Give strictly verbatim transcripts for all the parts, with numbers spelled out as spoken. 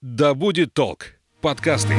Да будет толк. Подкасты.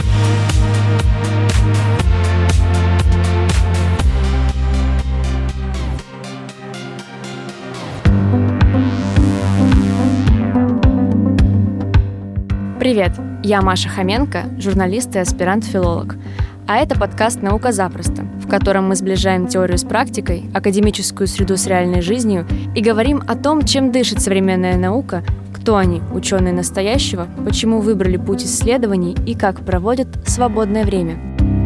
Привет, я Маша Хоменко, журналист и аспирант-филолог. А это подкаст «Наука запросто», в котором мы сближаем теорию с практикой, академическую среду с реальной жизнью и говорим о том, чем дышит современная наука, кто они, ученые настоящего, почему выбрали путь исследований и как проводят свободное время.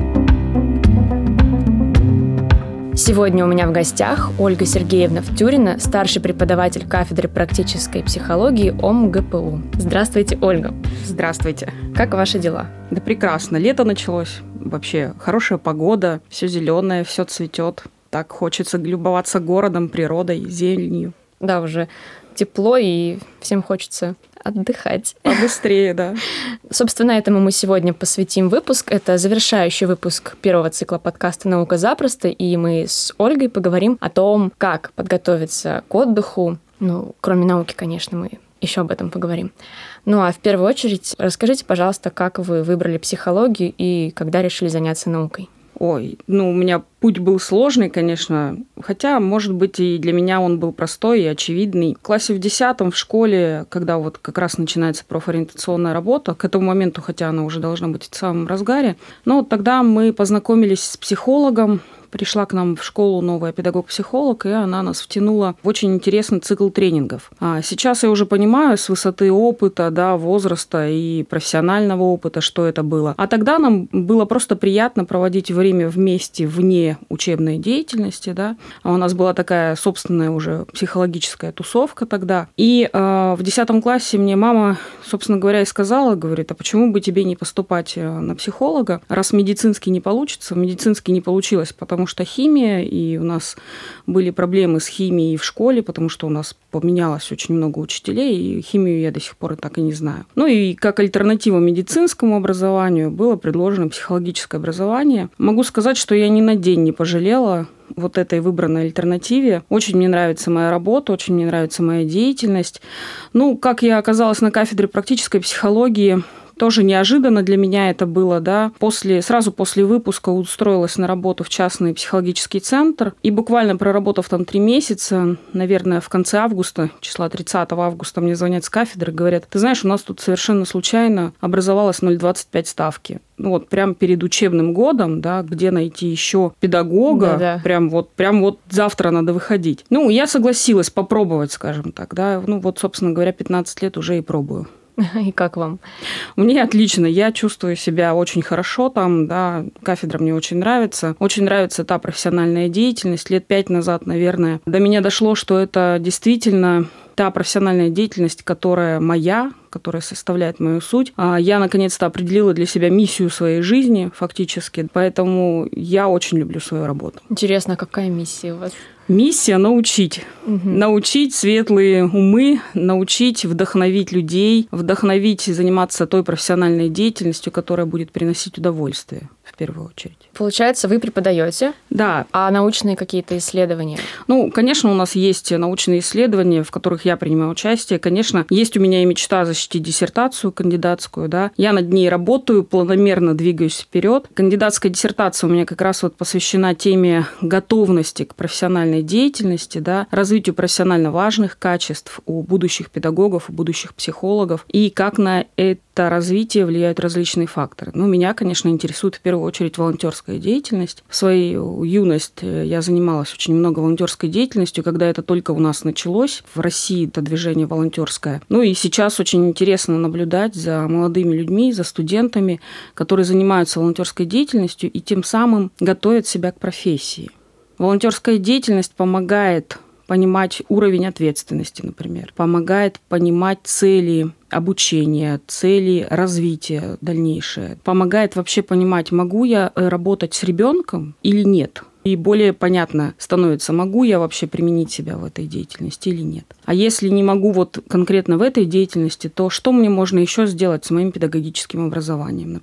Сегодня у меня в гостях Ольга Сергеевна Втюрина, старший преподаватель кафедры практической психологии ОМГПУ. Здравствуйте, Ольга. Здравствуйте. Как ваши дела? Да прекрасно. Лето началось. Вообще хорошая погода, все зеленое, все цветет. Так хочется любоваться городом, природой, зеленью. Да, уже тепло, и всем хочется отдыхать. Побыстрее, да. Собственно, этому мы сегодня посвятим выпуск. Это завершающий выпуск первого цикла подкаста «Наука запросто», и мы с Ольгой поговорим о том, как подготовиться к отдыху. Ну, кроме науки, конечно, мы еще об этом поговорим. Ну, а в первую очередь расскажите, пожалуйста, как вы выбрали психологию и когда решили заняться наукой? Ой, ну, у меня путь был сложный, конечно, хотя, может быть, и для меня он был простой и очевидный. В классе в десятом в школе, когда вот как раз начинается профориентационная работа, к этому моменту, хотя она уже должна быть в самом разгаре, но вот тогда мы познакомились с психологом. Пришла к нам в школу новая педагог-психолог, и она нас втянула в очень интересный цикл тренингов. А сейчас я уже понимаю с высоты опыта, да, возраста и профессионального опыта, что это было. А тогда нам было просто приятно проводить время вместе вне учебной деятельности, да. А у нас была такая собственная уже психологическая тусовка тогда. И э, в десятом классе мне мама, собственно говоря, и сказала, говорит, а почему бы тебе не поступать на психолога, раз медицинский не получится? Медицинский не получилось, потому потому что химия, и у нас были проблемы с химией в школе, потому что у нас поменялось очень много учителей, и химию я до сих пор и так и не знаю. Ну и как альтернатива медицинскому образованию было предложено психологическое образование. Могу сказать, что я ни на день не пожалела вот этой выбранной альтернативе. Очень мне нравится моя работа, очень мне нравится моя деятельность. Ну, как я оказалась на кафедре практической психологии, тоже неожиданно для меня это было, да. После, сразу после выпуска устроилась на работу в частный психологический центр. И буквально проработав там три месяца, наверное, в конце августа, числа тридцатого августа, мне звонят с кафедры, говорят, ты знаешь, у нас тут совершенно случайно образовалась ноль целых двадцать пять ставки. Ну вот прям перед учебным годом, да, где найти еще педагога, Да-да. прям вот, прям вот завтра надо выходить. Ну, я согласилась попробовать, скажем так, да. Ну вот, собственно говоря, пятнадцать лет уже и пробую. И как вам? Мне отлично, я чувствую себя очень хорошо там, да, кафедра мне очень нравится. Очень нравится та профессиональная деятельность. Лет пять назад, наверное, до меня дошло, что это действительно та профессиональная деятельность, которая моя, которая составляет мою суть. Я, наконец-то, определила для себя миссию своей жизни, фактически, поэтому я очень люблю свою работу. Интересно, какая миссия у вас? Миссия – научить. Угу. Научить светлые умы, научить вдохновить людей, вдохновить заниматься той профессиональной деятельностью, которая будет приносить удовольствие, в первую очередь. Получается, вы преподаете? Да. А научные какие-то исследования? Ну, конечно, у нас есть научные исследования, в которых я принимаю участие. Конечно, есть у меня и мечта защитить диссертацию кандидатскую, да. Я над ней работаю, планомерно двигаюсь вперед. Кандидатская диссертация у меня как раз вот посвящена теме готовности к профессиональной деятельности, да, развитию профессионально важных качеств у будущих педагогов, у будущих психологов, и как на это развитие влияют различные факторы. Ну, меня, конечно, интересует в первую очередь волонтерская деятельность. В свою юность я занималась очень много волонтерской деятельностью, когда это только у нас началось. В России это движение волонтерское. Ну и сейчас очень интересно наблюдать за молодыми людьми, за студентами, которые занимаются волонтерской деятельностью и тем самым готовят себя к профессии. Волонтерская деятельность помогает понимать уровень ответственности, например, помогает понимать цели обучения, цели развития дальнейшее, помогает вообще понимать, могу я работать с ребенком или нет. И более понятно становится, могу я вообще применить себя в этой деятельности или нет. А если не могу вот конкретно в этой деятельности, то что мне можно еще сделать с моим педагогическим образованием, например?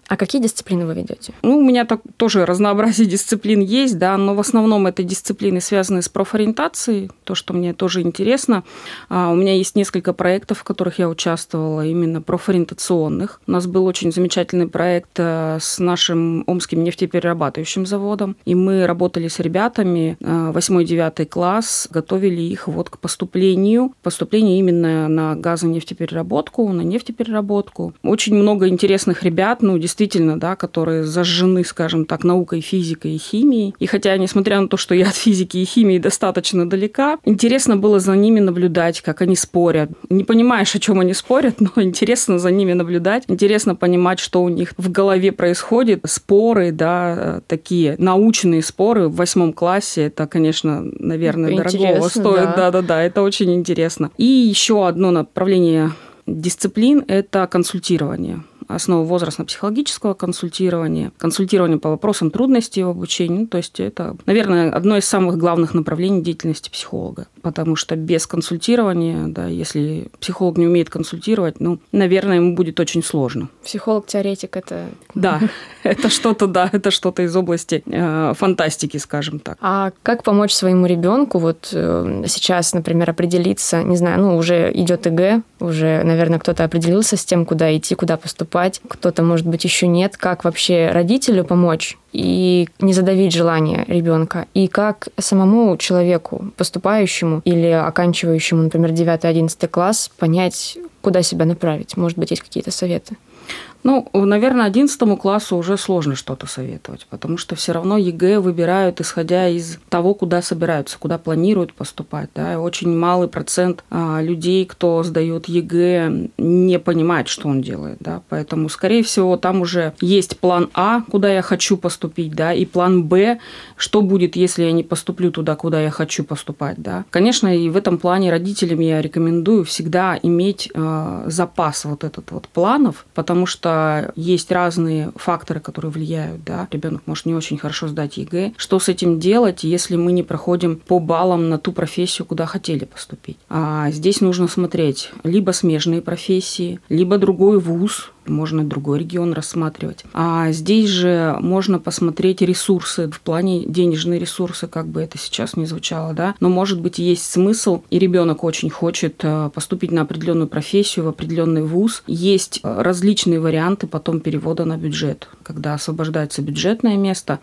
А какие дисциплины вы ведете? Ну, у меня так, тоже разнообразие дисциплин есть, да, но в основном это дисциплины, связанные с профориентацией, то, что мне тоже интересно. А, у меня есть несколько проектов, в которых я участвовала, именно профориентационных. У нас был очень замечательный проект с нашим Омским нефтеперерабатывающим заводом, и мы работали с ребятами, восьмой-девятый класс, готовили их вот к поступлению, поступлению именно на газонефтепереработку, на нефтепереработку. Очень много интересных ребят, ну, действительно, действительно, да, которые зажжены, скажем так, наукой, физикой и химией. И хотя, несмотря на то, что я от физики и химии достаточно далека, интересно было за ними наблюдать, как они спорят. Не понимаешь, о чем они спорят, но интересно за ними наблюдать. Интересно понимать, что у них в голове происходит. Споры, да, такие научные споры в восьмом классе. Это, конечно, наверное, это дорогого стоит. Да-да-да, это очень интересно. И еще одно направление дисциплин – это консультирование. Основа возрастно-психологического консультирования, консультирование по вопросам трудностей в обучении. Ну, то есть это, наверное, одно из самых главных направлений деятельности психолога. Потому что без консультирования, да, если психолог не умеет консультировать, ну, наверное, ему будет очень сложно. Психолог-теоретик – это… Да, это что-то, да, это что-то из области э, фантастики, скажем так. А как помочь своему ребенку вот э, сейчас, например, определиться, не знаю, ну, уже идет ЕГЭ, уже, наверное, кто-то определился с тем, куда идти, куда поступать, кто-то, может быть, еще нет. Как вообще родителю помочь и не задавить желание ребенка? И как самому человеку, поступающему или оканчивающему, например, девятый-одиннадцатый класс, понять, куда себя направить? Может быть, есть какие-то советы? Ну, наверное, одиннадцатому классу уже сложно что-то советовать, потому что все равно ЕГЭ выбирают, исходя из того, куда собираются, куда планируют поступать. Да? И очень малый процент а, людей, кто сдает ЕГЭ, не понимает, что он делает. Да? Поэтому, скорее всего, там уже есть план А, куда я хочу поступить, да, и план Б, что будет, если я не поступлю туда, куда я хочу поступать. Да? Конечно, и в этом плане родителям я рекомендую всегда иметь а, запас вот этот вот планов, потому что есть разные факторы, которые влияют. Да? Ребенок может не очень хорошо сдать ЕГЭ. Что с этим делать, если мы не проходим по баллам на ту профессию, куда хотели поступить? А здесь нужно смотреть либо смежные профессии, либо другой вуз, можно другой регион рассматривать. А здесь же можно посмотреть ресурсы, в плане денежные ресурсы, как бы это сейчас ни звучало, да, но, может быть, есть смысл, и ребенок очень хочет поступить на определенную профессию, в определенный вуз. Есть различные варианты потом перевода на бюджет, когда освобождается бюджетное место.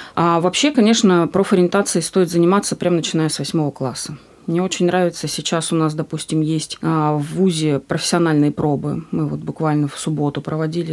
А вообще, конечно, профориентацией стоит заниматься прямо начиная с восьмого класса. Мне очень нравится, сейчас у нас, допустим, есть в вузе профессиональные пробы. Мы вот буквально в субботу проводили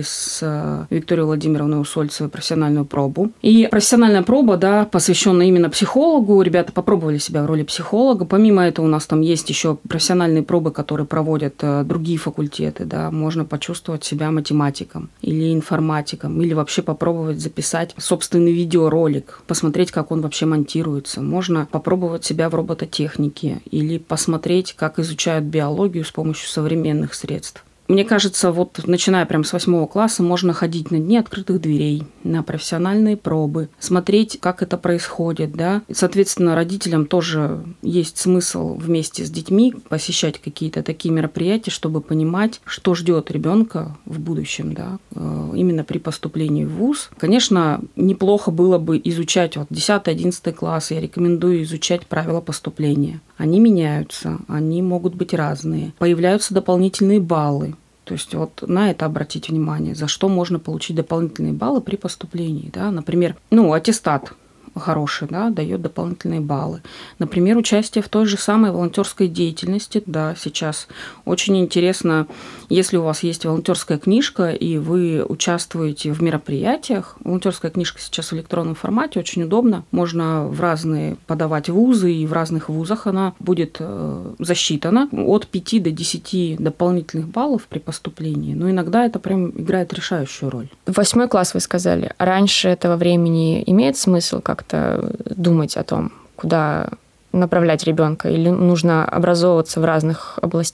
с Викторией Владимировной Усольцевой профессиональную пробу. И профессиональная проба, да, посвященная именно психологу. Ребята попробовали себя в роли психолога. Помимо этого у нас там есть еще профессиональные пробы, которые проводят другие факультеты. Да. Можно почувствовать себя математиком или информатиком, или вообще попробовать записать собственный видеоролик, посмотреть, как он вообще монтируется. Можно попробовать себя в робототехнике или посмотреть, как изучают биологию с помощью современных средств. Мне кажется, вот начиная прямо с восьмого класса можно ходить на дни открытых дверей, на профессиональные пробы, смотреть, как это происходит, да. И, соответственно, родителям тоже есть смысл вместе с детьми посещать какие-то такие мероприятия, чтобы понимать, что ждет ребенка в будущем, да, именно при поступлении в вуз. Конечно, неплохо было бы изучать вот десятый-одиннадцатый класс. Я рекомендую изучать правила поступления. Они меняются, они могут быть разные. Появляются дополнительные баллы. То есть вот на это обратить внимание, за что можно получить дополнительные баллы при поступлении. Да? Например, ну, аттестат хороший, да, дает дополнительные баллы. Например, участие в той же самой волонтерской деятельности. Да, сейчас очень интересно, если у вас есть волонтерская книжка, и вы участвуете в мероприятиях. Волонтерская книжка сейчас в электронном формате, очень удобно. Можно в разные подавать вузы, и в разных вузах она будет засчитана. От пяти до десяти дополнительных баллов при поступлении. Но иногда это прям играет решающую роль. Восьмой класс, вы сказали. Раньше этого времени имеет смысл как думать о том, куда направлять ребенка, или нужно образовываться в разных областях?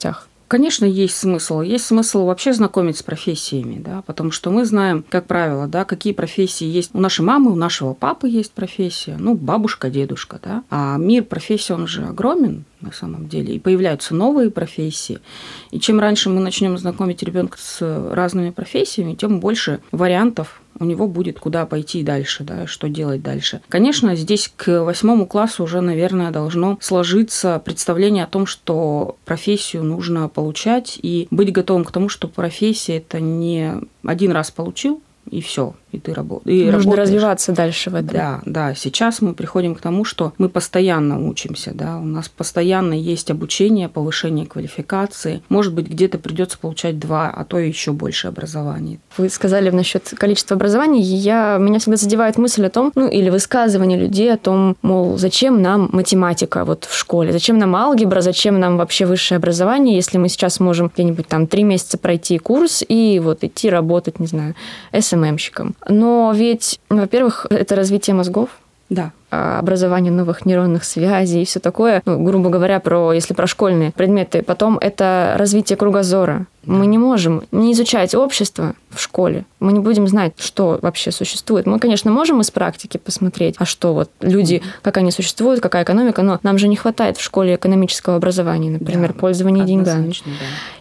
Конечно, есть смысл. Есть смысл вообще знакомить с профессиями, да, потому что мы знаем, как правило, да, какие профессии есть. У нашей мамы, у нашего папы есть профессия, ну, бабушка, дедушка, да. А мир профессий, он же огромен на самом деле, и появляются новые профессии. И чем раньше мы начнем знакомить ребенка с разными профессиями, тем больше вариантов у него будет, куда пойти дальше, да, что делать дальше. Конечно, здесь к восьмому классу уже, наверное, должно сложиться представление о том, что профессию нужно получать и быть готовым к тому, что профессия – это не один раз получил, и все, и ты работаешь. Нужно работаешь. развиваться дальше в этом. Да, да. Сейчас мы приходим к тому, что мы постоянно учимся, да, у нас постоянно есть обучение, повышение квалификации. Может быть, где-то придется получать два, а то и еще больше образования. Вы сказали насчет количества образований, и я, меня всегда задевает мысль о том, ну, или высказывание людей о том, мол, зачем нам математика вот в школе, зачем нам алгебра, зачем нам вообще высшее образование, если мы сейчас можем где-нибудь там три месяца пройти курс и вот идти работать, не знаю, эс эм эм-щиком. Но ведь, во-первых, это развитие мозгов, да. образование новых нейронных связей и все такое, ну, грубо говоря, про, если про школьные предметы. Потом это развитие кругозора. Да. Мы не можем не изучать общество в школе. Мы не будем знать, что вообще существует. Мы, конечно, можем из практики посмотреть, а что вот люди, как они существуют, какая экономика, но нам же не хватает в школе экономического образования, например, да, пользования деньгами. Да.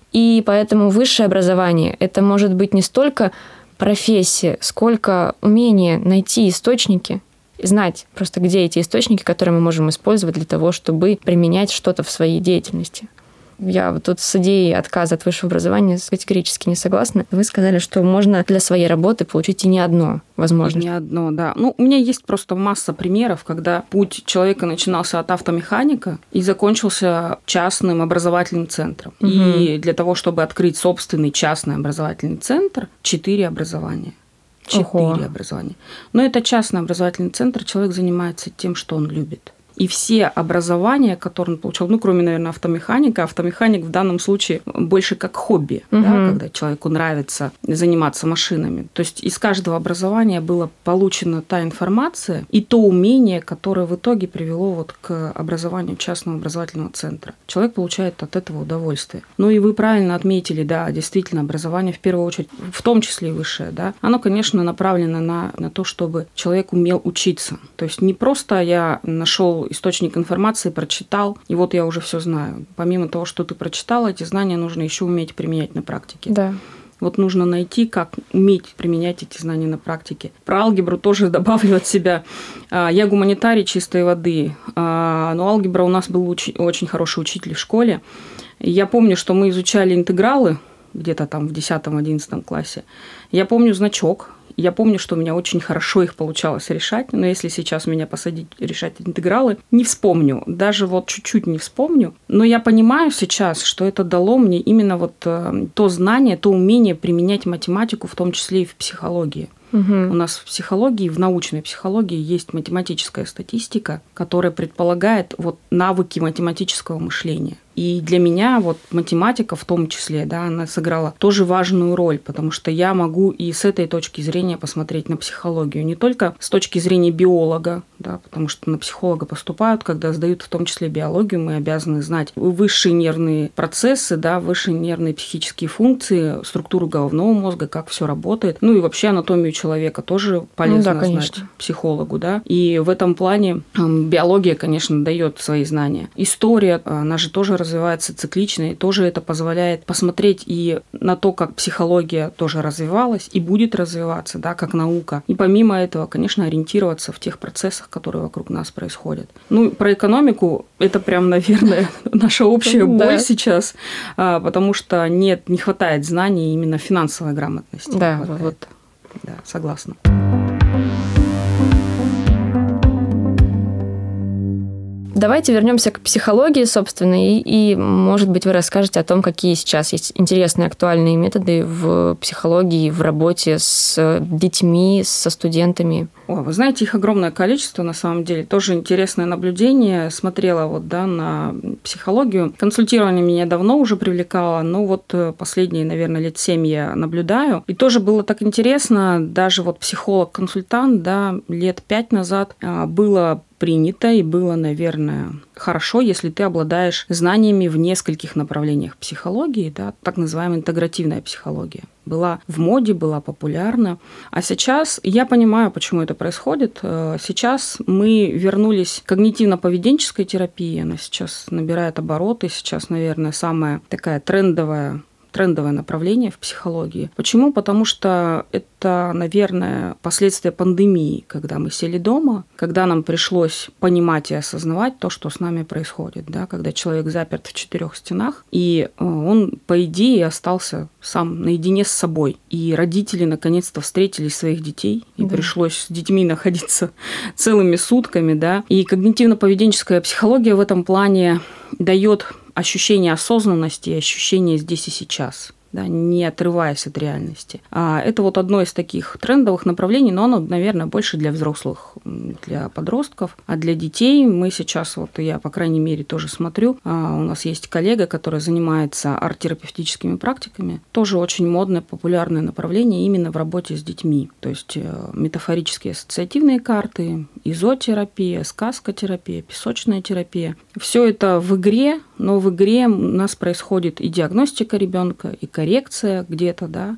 И поэтому высшее образование – это может быть не столько профессия, сколько умение найти источники, знать просто, где эти источники, которые мы можем использовать для того, чтобы применять что-то в своей деятельности. Я вот тут с идеей отказа от высшего образования категорически не согласна. Вы сказали, что можно для своей работы получить и не одно возможность. И не одно, да. Ну, у меня есть просто масса примеров, когда путь человека начинался от автомеханика и закончился частным образовательным центром. Угу. И для того, чтобы открыть собственный частный образовательный центр, четыре образования. Четыре образования. Но это частный образовательный центр, человек занимается тем, что он любит. И все образования, которые он получил, ну, кроме, наверное, автомеханика, автомеханик в данном случае больше как хобби, угу. да, когда человеку нравится заниматься машинами. То есть из каждого образования была получена та информация и то умение, которое в итоге привело вот к образованию частного образовательного центра. Человек получает от этого удовольствие. Ну и вы правильно отметили, да, действительно, образование в первую очередь, в том числе и высшее, да, оно, конечно, направлено на, на то, чтобы человек умел учиться. То есть не просто я нашел источник информации, прочитал, и вот я уже все знаю. Помимо того, что ты прочитал, эти знания нужно еще уметь применять на практике. Да. Вот нужно найти, как уметь применять эти знания на практике. Про алгебру тоже добавлю от себя. Я гуманитарий чистой воды, но алгебра у нас был очень хороший учитель в школе. Я помню, что мы изучали интегралы где-то там в десятом-одиннадцатом классе. Я помню значок. Я помню, что у меня очень хорошо их получалось решать, но если сейчас меня посадить решать интегралы, не вспомню, даже вот чуть-чуть не вспомню. Но я понимаю сейчас, что это дало мне именно вот то знание, то умение применять математику, в том числе и в психологии. Угу. У нас в психологии, в научной психологии есть математическая статистика, которая предполагает вот навыки математического мышления. И для меня вот математика в том числе, да, она сыграла тоже важную роль, потому что я могу и с этой точки зрения посмотреть на психологию, не только с точки зрения биолога, да, потому что на психолога поступают, когда сдают в том числе биологию, мы обязаны знать высшие нервные процессы, да, высшие нервные психические функции, структуру головного мозга, как все работает, ну и вообще анатомию человека тоже полезно ну, да, знать психологу, да. И в этом плане э, биология, конечно, дает свои знания. История, она же тоже развивается циклично, и тоже это позволяет посмотреть и на то, как психология тоже развивалась и будет развиваться, да, как наука. И помимо этого, конечно, ориентироваться в тех процессах, которые вокруг нас происходят. Ну, про экономику это прям, наверное, наша общая боль сейчас, потому что нет, не хватает знаний именно финансовой грамотности. Да, вот. Да, согласна. Давайте вернемся к психологии, собственно, и, и, может быть, вы расскажете о том, какие сейчас есть интересные, актуальные методы в психологии, в работе с детьми, со студентами. О, вы знаете, их огромное количество, на самом деле. Тоже интересное наблюдение. Смотрела вот, да, на психологию. Консультирование меня давно уже привлекало, но вот последние, наверное, лет семь я наблюдаю. И тоже было так интересно, даже вот психолог-консультант, да, лет пять назад было принято и было, наверное, хорошо, если ты обладаешь знаниями в нескольких направлениях психологии, да, так называемая интегративная психология. Была в моде, была популярна. А сейчас я понимаю, почему это происходит. Сейчас мы вернулись к когнитивно-поведенческой терапии. Она сейчас набирает обороты. Сейчас, наверное, самая такая трендовая трендовое направление в психологии. Почему? Потому что это, наверное, последствия пандемии, когда мы сели дома, когда нам пришлось понимать и осознавать то, что с нами происходит, да, когда человек заперт в четырех стенах, и он, по идее, остался сам наедине с собой. И родители наконец-то встретили своих детей, и да. пришлось с детьми находиться целыми сутками, да. И когнитивно-поведенческая психология в этом плане дает ощущение осознанности и ощущение здесь и сейчас, да, не отрываясь от реальности. А это вот одно из таких трендовых направлений, но оно, наверное, больше для взрослых, для подростков. А для детей мы сейчас, вот я, по крайней мере, тоже смотрю, а у нас есть коллега, которая занимается арт-терапевтическими практиками, тоже очень модное, популярное направление именно в работе с детьми. То есть метафорические ассоциативные карты, изотерапия, сказкотерапия, песочная терапия. Все это в игре, но в игре у нас происходит и диагностика ребенка, и коррекция где-то, да,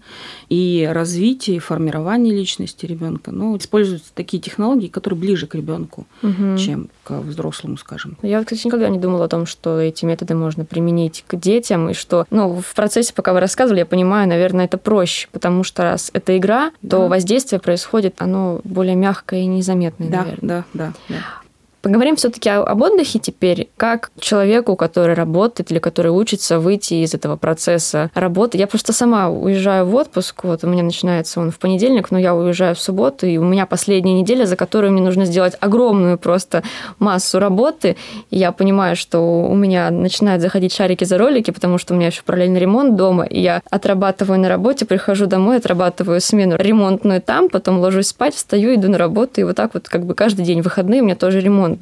и развитие, и формирование личности ребенка. Ну, используются такие технологии, которые ближе к ребенку, угу. чем к взрослому, скажем. Я, кстати, никогда не думала о том, что эти методы можно применить к детям, и что, ну, в процессе, пока вы рассказывали, я понимаю, наверное, это проще, потому что раз это игра, да. то воздействие происходит, оно более мягкое и незаметное, да, наверное. Да, да, да. Поговорим все-таки об отдыхе теперь. Как человеку, который работает или который учится выйти из этого процесса работы. Я просто сама уезжаю в отпуск. Вот у меня начинается он в понедельник, но я уезжаю в субботу, и у меня последняя неделя, за которую мне нужно сделать огромную просто массу работы. И я понимаю, что у меня начинают заходить шарики за ролики, потому что у меня еще параллельно ремонт дома, и я отрабатываю на работе, прихожу домой, отрабатываю смену ремонтную там, потом ложусь спать, встаю, иду на работу, и вот так вот как бы каждый день выходные у меня тоже ремонт.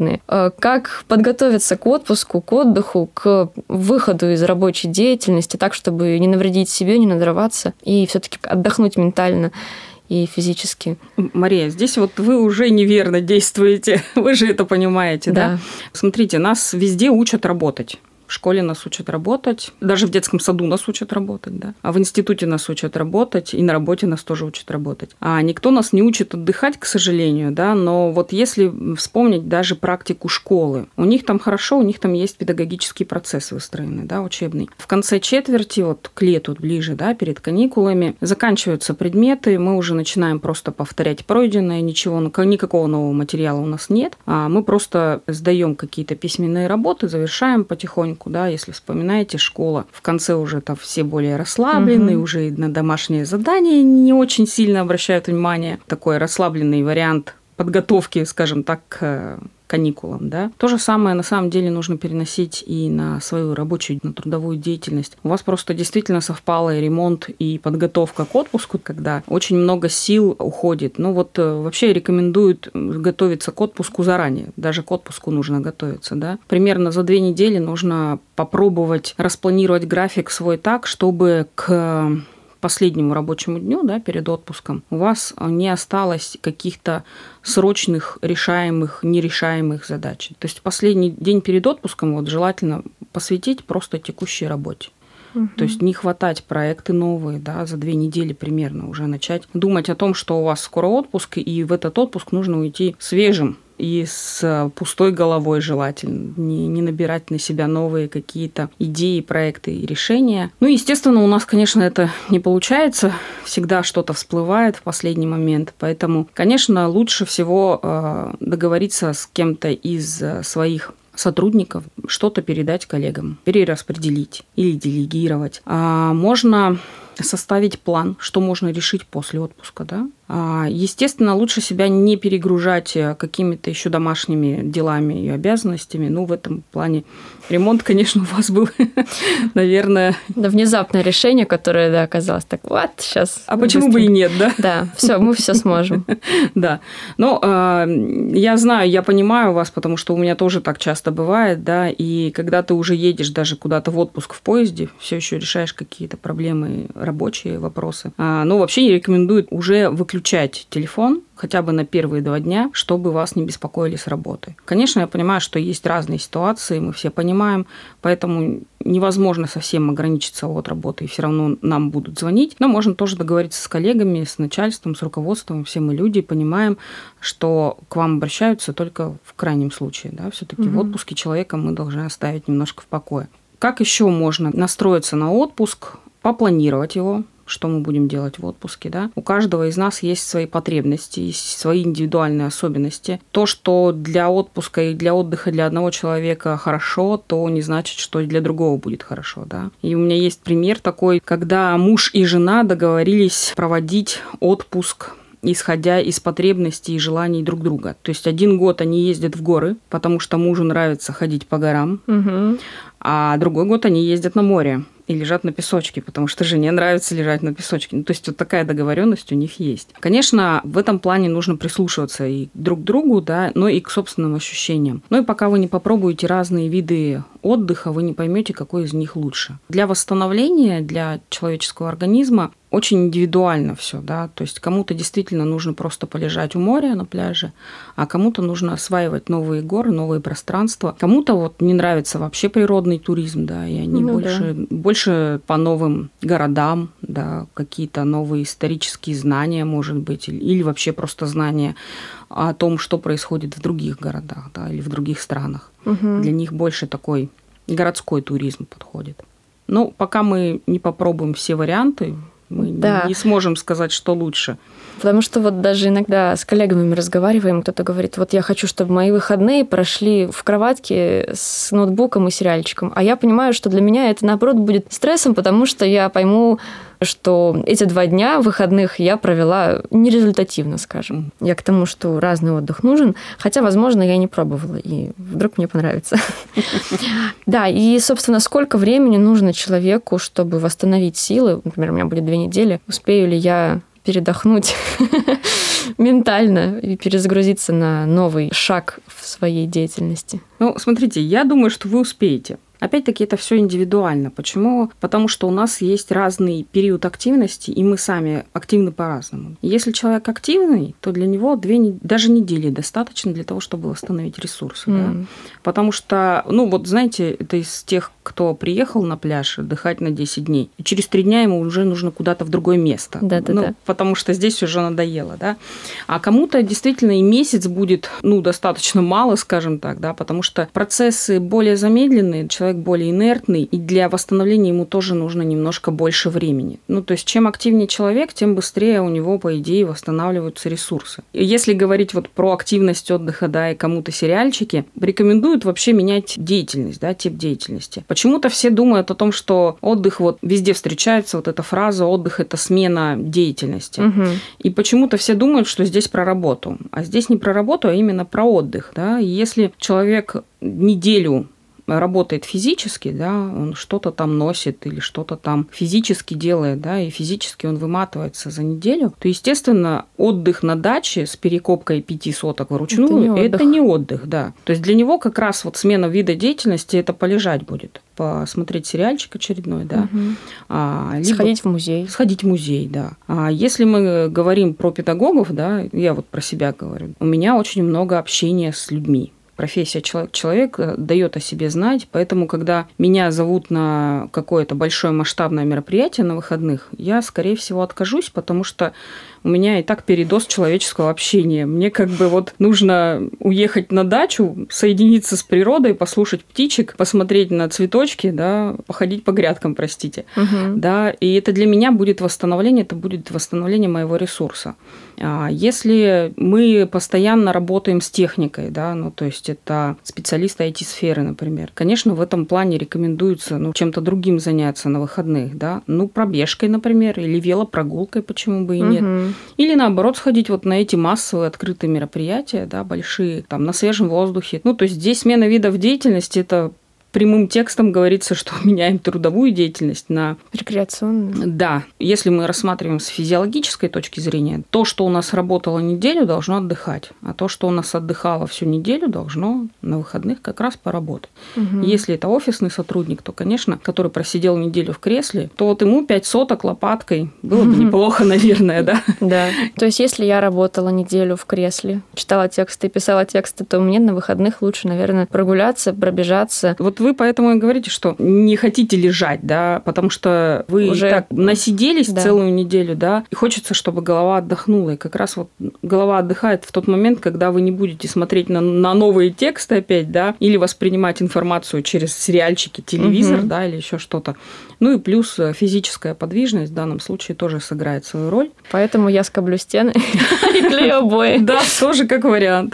Как подготовиться к отпуску, к отдыху, к выходу из рабочей деятельности так, чтобы не навредить себе, не надрываться и все-таки отдохнуть ментально и физически. Мария, здесь вот вы уже неверно действуете. Вы же это понимаете, да? да? Смотрите, нас везде учат работать. В школе нас учат работать, даже в детском саду нас учат работать, да. А в институте нас учат работать, и на работе нас тоже учат работать. А никто нас не учит отдыхать, к сожалению, да, но вот если вспомнить даже практику школы, у них там хорошо, у них там есть педагогический процесс выстроенный, да, учебный. В конце четверти, вот к лету ближе, да, перед каникулами, заканчиваются предметы, мы уже начинаем просто повторять пройденное, ничего, никакого нового материала у нас нет, а мы просто сдаем какие-то письменные работы, завершаем потихоньку. Да, если вспоминаете, школа в конце уже там все более расслаблены, угу. уже на домашние задания не очень сильно обращают внимание. Такой расслабленный вариант подготовки, скажем так, к каникулам, да. То же самое на самом деле нужно переносить и на свою рабочую, на трудовую деятельность. У вас просто действительно совпало и ремонт, и подготовка к отпуску, когда очень много сил уходит. Ну вот вообще рекомендуют готовиться к отпуску заранее. Даже к отпуску нужно готовиться, да. Примерно за две недели нужно попробовать распланировать график свой так, чтобы к последнему рабочему дню, да, перед отпуском, у вас не осталось каких-то срочных, решаемых, нерешаемых задач. То есть последний день перед отпуском вот, желательно посвятить просто текущей работе. Угу. То есть не хватать проекты новые, да, за две недели примерно уже начать думать о том, что у вас скоро отпуск, и в этот отпуск нужно уйти свежим и с пустой головой желательно, не, не набирать на себя новые какие-то идеи, проекты и решения. Ну, естественно, у нас, конечно, это не получается, всегда что-то всплывает в последний момент, поэтому, конечно, лучше всего э, договориться с кем-то из своих сотрудников, что-то передать коллегам, перераспределить или делегировать. А можно составить план, что можно решить после отпуска, да. Естественно, лучше себя не перегружать какими-то еще домашними делами и обязанностями. Ну, в этом плане ремонт, конечно, у вас был, наверное... Да, внезапное решение, которое, да, оказалось так, вот, сейчас... А почему бы и нет, да? Да, все, мы все сможем. Да. Но я знаю, я понимаю вас, потому что у меня тоже так часто бывает, да, и когда ты уже едешь даже куда-то в отпуск в поезде, все еще решаешь какие-то проблемы рабочие вопросы. А, но вообще я рекомендую уже выключать телефон хотя бы на первые два дня, чтобы вас не беспокоили с работы. Конечно, я понимаю, что есть разные ситуации, мы все понимаем, поэтому невозможно совсем ограничиться от работы, и все равно нам будут звонить, но можно тоже договориться с коллегами, с начальством, с руководством, все мы люди, понимаем, что к вам обращаются только в крайнем случае, да, все-таки угу. в отпуске человека мы должны оставить немножко в покое. Как еще можно настроиться на отпуск, попланировать его, что мы будем делать в отпуске, да? У каждого из нас есть свои потребности, есть свои индивидуальные особенности. То, что для отпуска и для отдыха для одного человека хорошо, то не значит, что и для другого будет хорошо, да? И у меня есть пример такой, когда муж и жена договорились проводить отпуск, исходя из потребностей и желаний друг друга. То есть один год они ездят в горы, потому что мужу нравится ходить по горам, угу. а другой год они ездят на море и лежат на песочке, потому что жене нравится лежать на песочке. Ну, то есть вот такая договоренность у них есть. Конечно, в этом плане нужно прислушиваться и друг к другу, да, но и к собственным ощущениям. Ну и пока вы не попробуете разные виды отдыха, вы не поймете, какой из них лучше. Для восстановления, для человеческого организма очень индивидуально все, да, то есть кому-то действительно нужно просто полежать у моря на пляже, а кому-то нужно осваивать новые горы, новые пространства. Кому-то вот не нравится вообще природный туризм, да, и они ну, больше, да. больше по новым городам, да, какие-то новые исторические знания, может быть, или, или вообще просто знания о том, что происходит в других городах, да, или в других странах. Угу. Для них больше такой городской туризм подходит. Но пока мы не попробуем все варианты, мы да. не сможем сказать, что лучше. Потому что вот даже иногда с коллегами мы разговариваем, кто-то говорит, вот я хочу, чтобы мои выходные прошли в кроватке с ноутбуком и сериальчиком. А я понимаю, что для меня это, наоборот, будет стрессом, потому что я пойму, что эти два дня выходных я провела нерезультативно, скажем. Я к тому, что разный отдых нужен, хотя, возможно, я не пробовала, и вдруг мне понравится. Да, и, собственно, сколько времени нужно человеку, чтобы восстановить силы? Например, у меня будет две недели. Успею ли я передохнуть ментально и перезагрузиться на новый шаг в своей деятельности? Ну, смотрите, я думаю, что вы успеете. Опять-таки, это все индивидуально. Почему? Потому что у нас есть разный период активности, и мы сами активны по-разному. Если человек активный, то для него две, даже недели достаточно для того, чтобы восстановить ресурсы. Mm. Да? Потому что, ну вот знаете, это из тех, кто приехал на пляж отдыхать на десять дней, и через три дня ему уже нужно куда-то в другое место. Да-да-да. Ну, потому что здесь уже надоело. Да? А кому-то действительно и месяц будет ну, достаточно мало, скажем так, да? Потому что процессы более замедленные, человек более инертный, и для восстановления ему тоже нужно немножко больше времени. Ну, то есть, чем активнее человек, тем быстрее у него, по идее, восстанавливаются ресурсы. И если говорить вот про активность отдыха, да, и кому-то сериальчики, рекомендуют вообще менять деятельность, да, тип деятельности. Почему-то все думают о том, что отдых, вот везде встречается вот эта фраза «отдых – это смена деятельности». Угу. И почему-то все думают, что здесь про работу. А здесь не про работу, а именно про отдых, да. И если человек неделю работает физически, да, он что-то там носит или что-то там физически делает, да, и физически он выматывается за неделю, то, естественно, отдых на даче с перекопкой пяти соток вручную – это, это не отдых, да. То есть для него как раз вот смена вида деятельности – это полежать будет, посмотреть сериальчик очередной, да. Угу. А, либо сходить в музей. Сходить в музей, да. А если мы говорим про педагогов, да, я вот про себя говорю, у меня очень много общения с людьми. Профессия человек, человек дает о себе знать, поэтому, когда меня зовут на какое-то большое масштабное мероприятие на выходных, я, скорее всего, откажусь, потому что у меня и так передоз человеческого общения. Мне как бы вот нужно уехать на дачу, соединиться с природой, послушать птичек, посмотреть на цветочки, да, походить по грядкам, простите. Угу. Да, и это для меня будет восстановление, это будет восстановление моего ресурса. Если мы постоянно работаем с техникой, да, ну, то есть это специалисты ай ти-сферы, например, конечно, в этом плане рекомендуется ну, чем-то другим заняться на выходных, да, ну, пробежкой, например, или велопрогулкой, почему бы и нет. Угу. Или, наоборот, сходить вот на эти массовые открытые мероприятия, да, большие, там, на свежем воздухе. Ну, то есть здесь смена видов деятельности – это прямым текстом говорится, что меняем трудовую деятельность на рекреационную. Да. Если мы рассматриваем с физиологической точки зрения, то, что у нас работало неделю, должно отдыхать. А то, что у нас отдыхало всю неделю, должно на выходных как раз поработать. Угу. Если это офисный сотрудник, то, конечно, который просидел неделю в кресле, то вот ему пять соток лопаткой было бы неплохо, наверное, да? Да. То есть, если я работала неделю в кресле, читала тексты, писала тексты, то мне на выходных лучше, наверное, прогуляться, пробежаться. Вот вы поэтому и говорите, что не хотите лежать, да, потому что вы уже так насиделись да. целую неделю, да, и хочется, чтобы голова отдохнула. И как раз вот голова отдыхает в тот момент, когда вы не будете смотреть на, на новые тексты опять, да, или воспринимать информацию через сериальчики, телевизор, угу. да, или еще что-то. Ну и плюс физическая подвижность в данном случае тоже сыграет свою роль. Поэтому я скоблю стены и клею обои. Да, тоже как вариант.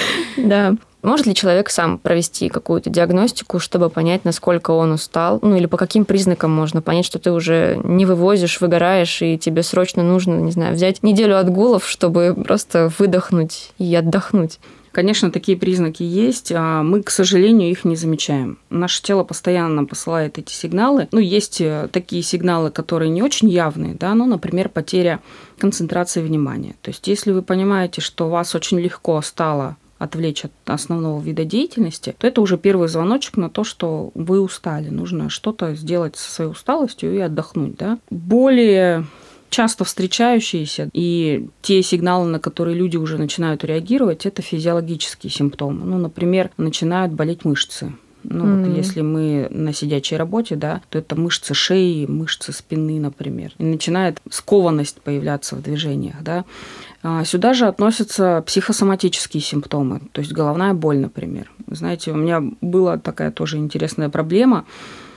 Да. Может ли человек сам провести какую-то диагностику, чтобы понять, насколько он устал? Ну, или по каким признакам можно понять, что ты уже не вывозишь, выгораешь, и тебе срочно нужно, не знаю, взять неделю отгулов, чтобы просто выдохнуть и отдохнуть? Конечно, такие признаки есть, а мы, к сожалению, их не замечаем. Наше тело постоянно нам посылает эти сигналы. Ну, есть такие сигналы, которые не очень явные, да, ну, например, потеря концентрации внимания. То есть, если вы понимаете, что вас очень легко стало отвлечь от основного вида деятельности, то это уже первый звоночек на то, что вы устали. Нужно что-то сделать со своей усталостью и отдохнуть. Да? Более часто встречающиеся и те сигналы, на которые люди уже начинают реагировать, это физиологические симптомы. Ну, например, начинают болеть мышцы. Ну, mm-hmm. вот если мы на сидячей работе, да, то это мышцы шеи, мышцы спины, например. И начинает скованность появляться в движениях, да. Сюда же относятся психосоматические симптомы, то есть головная боль, например. Знаете, у меня была такая тоже интересная проблема.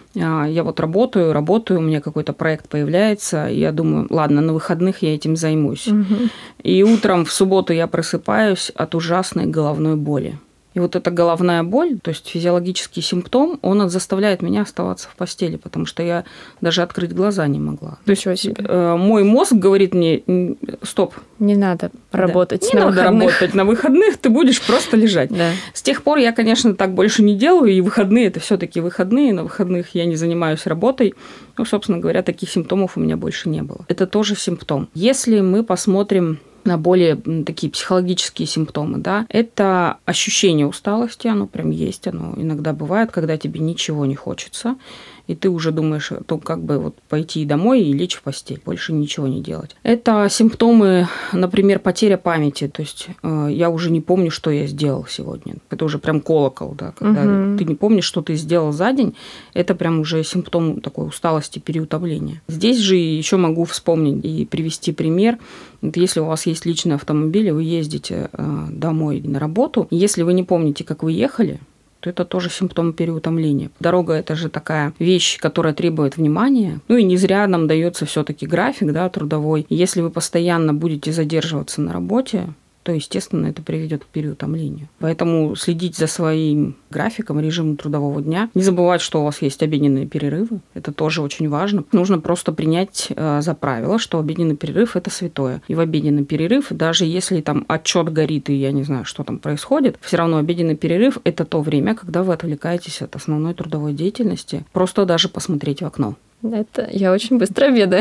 Я вот работаю, работаю, у меня какой-то проект появляется, и я думаю, ладно, на выходных я этим займусь. Угу. И утром в субботу я просыпаюсь от ужасной головной боли. И вот эта головная боль, то есть физиологический симптом, он заставляет меня оставаться в постели, потому что я даже открыть глаза не могла. То есть э, мой мозг говорит мне, стоп. Не надо работать да. на не выходных. Не надо работать на выходных, ты будешь просто лежать. Да. С тех пор я, конечно, так больше не делаю, и выходные – это все-таки выходные, на выходных я не занимаюсь работой. Ну, собственно говоря, таких симптомов у меня больше не было. Это тоже симптом. Если мы посмотрим на более такие психологические симптомы, да, это ощущение усталости, оно прям есть, оно иногда бывает, когда тебе ничего не хочется, и ты уже думаешь о том, как бы вот пойти домой и лечь в постель, больше ничего не делать. Это симптомы, например, потеря памяти, то есть э, я уже не помню, что я сделал сегодня. Это уже прям колокол, да, когда угу. ты не помнишь, что ты сделал за день, это прям уже симптом такой усталости, переутомления. Здесь же еще могу вспомнить и привести пример. Вот если у вас есть личный автомобиль, и вы ездите э, домой на работу, если вы не помните, как вы ехали, то это тоже симптом переутомления. Дорога – это же такая вещь, которая требует внимания. Ну и не зря нам дается все-таки график, да, трудовой. И если вы постоянно будете задерживаться на работе, то, естественно, это приведет к переутомлению. Поэтому следить за своим графиком, режимом трудового дня. Не забывать, что у вас есть обеденные перерывы. Это тоже очень важно. Нужно просто принять э, за правило, что обеденный перерыв – это святое. И в обеденный перерыв, даже если там отчет горит, и я не знаю, что там происходит, все равно обеденный перерыв – это то время, когда вы отвлекаетесь от основной трудовой деятельности. Просто даже посмотреть в окно. Это я очень быстро обедаю.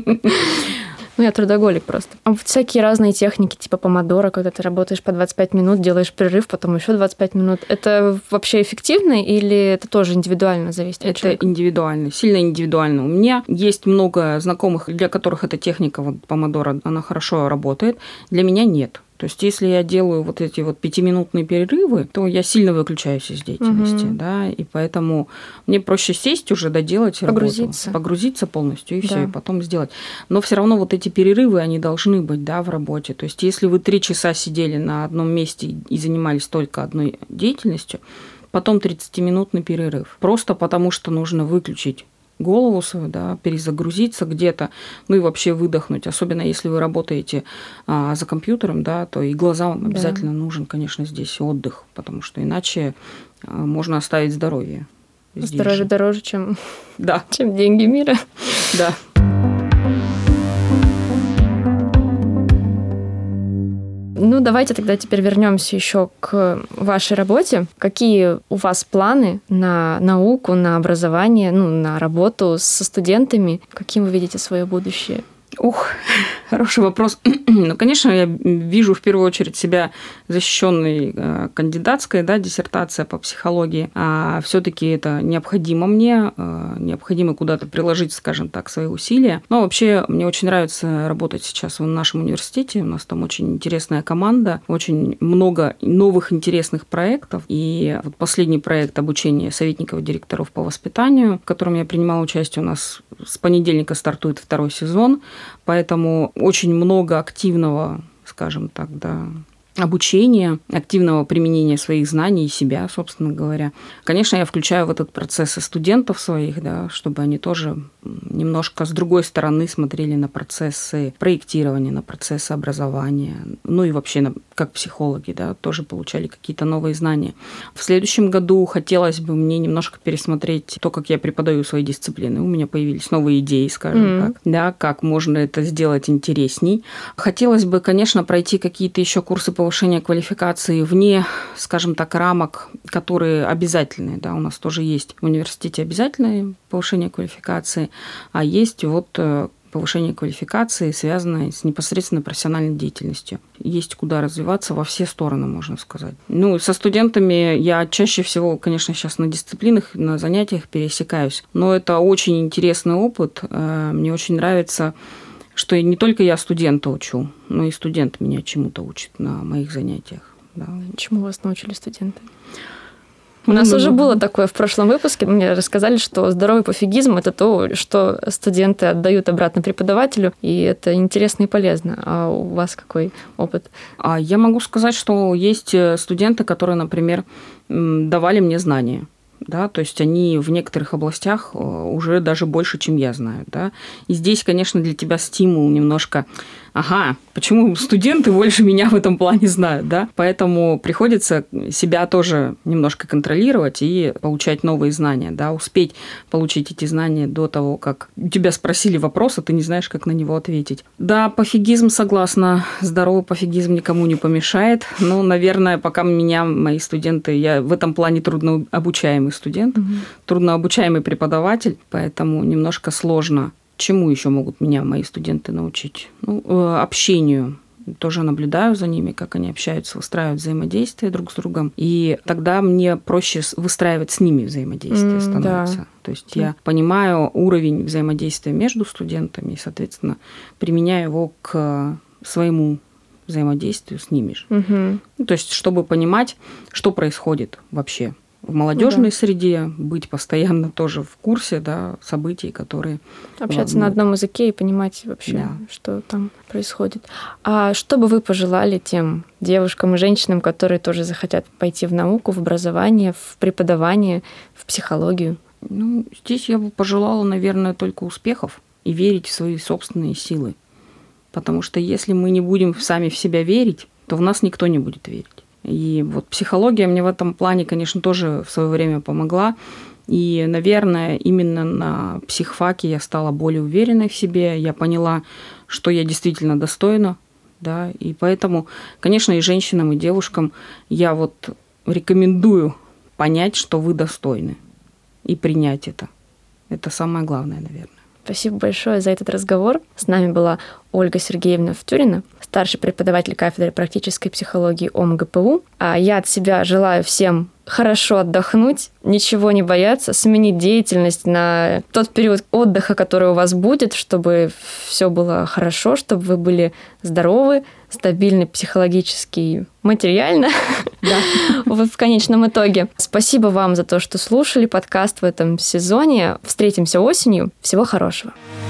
Ну, я трудоголик просто. А всякие разные техники, типа помодоро, когда ты работаешь по двадцать пять минут, делаешь перерыв, потом еще двадцать пять минут. Это вообще эффективно или это тоже индивидуально зависит от это человека? Это индивидуально, сильно индивидуально. У меня есть много знакомых, для которых эта техника вот, помодоро, она хорошо работает. Для меня нет. То есть, если я делаю вот эти вот пятиминутные перерывы, то я сильно выключаюсь из деятельности, угу. да, и поэтому мне проще сесть уже, доделать погрузиться. работу, погрузиться полностью, и да. все, и потом сделать. Но все равно вот эти перерывы, они должны быть, да, в работе. То есть, если вы три часа сидели на одном месте и занимались только одной деятельностью, потом тридцатиминутный перерыв. Просто потому, что нужно выключить голову свою, да, перезагрузиться где-то, ну и вообще выдохнуть. Особенно если вы работаете а, за компьютером, да, то и глазам обязательно да. нужен, конечно, здесь отдых, потому что иначе а, можно оставить здоровье. Здоровье дороже, чем, да. чем деньги мира. Да. Ну, давайте тогда теперь вернемся еще к вашей работе. Какие у вас планы на науку, на образование, ну, на работу со студентами? Каким вы видите свое будущее? Ух, хороший вопрос. Ну, конечно, я вижу в первую очередь себя защищенной э, кандидатской, да, диссертация по психологии. А все-таки это необходимо мне, э, необходимо куда-то приложить, скажем так, свои усилия. Но вообще мне очень нравится работать сейчас в нашем университете. У нас там очень интересная команда, очень много новых интересных проектов. И вот последний проект обучения советников директоров по воспитанию, в котором я принимала участие, у нас с понедельника стартует второй сезон. Поэтому очень много активного, скажем так, да, обучения, активного применения своих знаний и себя, собственно говоря. Конечно, я включаю в этот процесс и студентов своих, да, чтобы они тоже немножко с другой стороны смотрели на процессы проектирования, на процессы образования, ну и вообще на, как психологи, да, тоже получали какие-то новые знания. В следующем году хотелось бы мне немножко пересмотреть то, как я преподаю свои дисциплины. У меня появились новые идеи, скажем mm-hmm. так, да, как можно это сделать интересней. Хотелось бы, конечно, пройти какие-то еще курсы повышения квалификации вне, скажем так, рамок, которые обязательные, да, у нас тоже есть в университете обязательное повышение квалификации, а есть вот повышение квалификации, связанное с непосредственно профессиональной деятельностью. Есть куда развиваться во все стороны, можно сказать. Ну, со студентами я чаще всего, конечно, сейчас на дисциплинах, на занятиях пересекаюсь, но это очень интересный опыт. Мне очень нравится, что не только я студента учу, но и студент меня чему-то учит на моих занятиях. Да. Чему вас научили студенты? У нас ну, уже ну, было такое в прошлом выпуске. Мне рассказали, что здоровый пофигизм – это то, что студенты отдают обратно преподавателю, и это интересно и полезно. А у вас какой опыт? А я могу сказать, что есть студенты, которые, например, давали мне знания. Да, то есть они в некоторых областях уже даже больше, чем я знаю. Да. И здесь, конечно, для тебя стимул немножко, ага, почему студенты больше меня в этом плане знают, да? Поэтому приходится себя тоже немножко контролировать и получать новые знания, да, успеть получить эти знания до того, как у тебя спросили вопрос, а ты не знаешь, как на него ответить. Да, пофигизм, согласна, здоровый пофигизм никому не помешает, но, наверное, пока меня мои студенты, я в этом плане труднообучаемый студент, угу. труднообучаемый преподаватель, поэтому немножко сложно. Чему еще могут меня мои студенты научить? Ну, общению. Тоже наблюдаю за ними, как они общаются, выстраивают взаимодействие друг с другом. И тогда мне проще выстраивать с ними взаимодействие становится. Да. То есть я понимаю уровень взаимодействия между студентами и, соответственно, применяю его к своему взаимодействию с ними же. Угу. Ну, то есть, чтобы понимать, что происходит вообще в молодежной да. среде, быть постоянно тоже в курсе, да, событий, которые... Общаться на одном языке и понимать вообще, да. что там происходит. А что бы вы пожелали тем девушкам и женщинам, которые тоже захотят пойти в науку, в образование, в преподавание, в психологию? Ну, здесь я бы пожелала, наверное, только успехов и верить в свои собственные силы. Потому что если мы не будем сами в себя верить, то в нас никто не будет верить. И вот психология мне в этом плане, конечно, тоже в свое время помогла. И, наверное, именно на психфаке я стала более уверенной в себе. Я поняла, что я действительно достойна. Да? И поэтому, конечно, и женщинам, и девушкам я вот рекомендую понять, что вы достойны. И принять это. Это самое главное, наверное. Спасибо большое за этот разговор. С нами была Ольга Сергеевна Втюрина, старший преподаватель кафедры практической психологии ОМГПУ. А я от себя желаю всем хорошо отдохнуть, ничего не бояться, сменить деятельность на тот период отдыха, который у вас будет, чтобы все было хорошо, чтобы вы были здоровы, стабильны психологически, материально да. в конечном итоге. Спасибо вам за то, что слушали подкаст в этом сезоне. Встретимся осенью. Всего хорошего.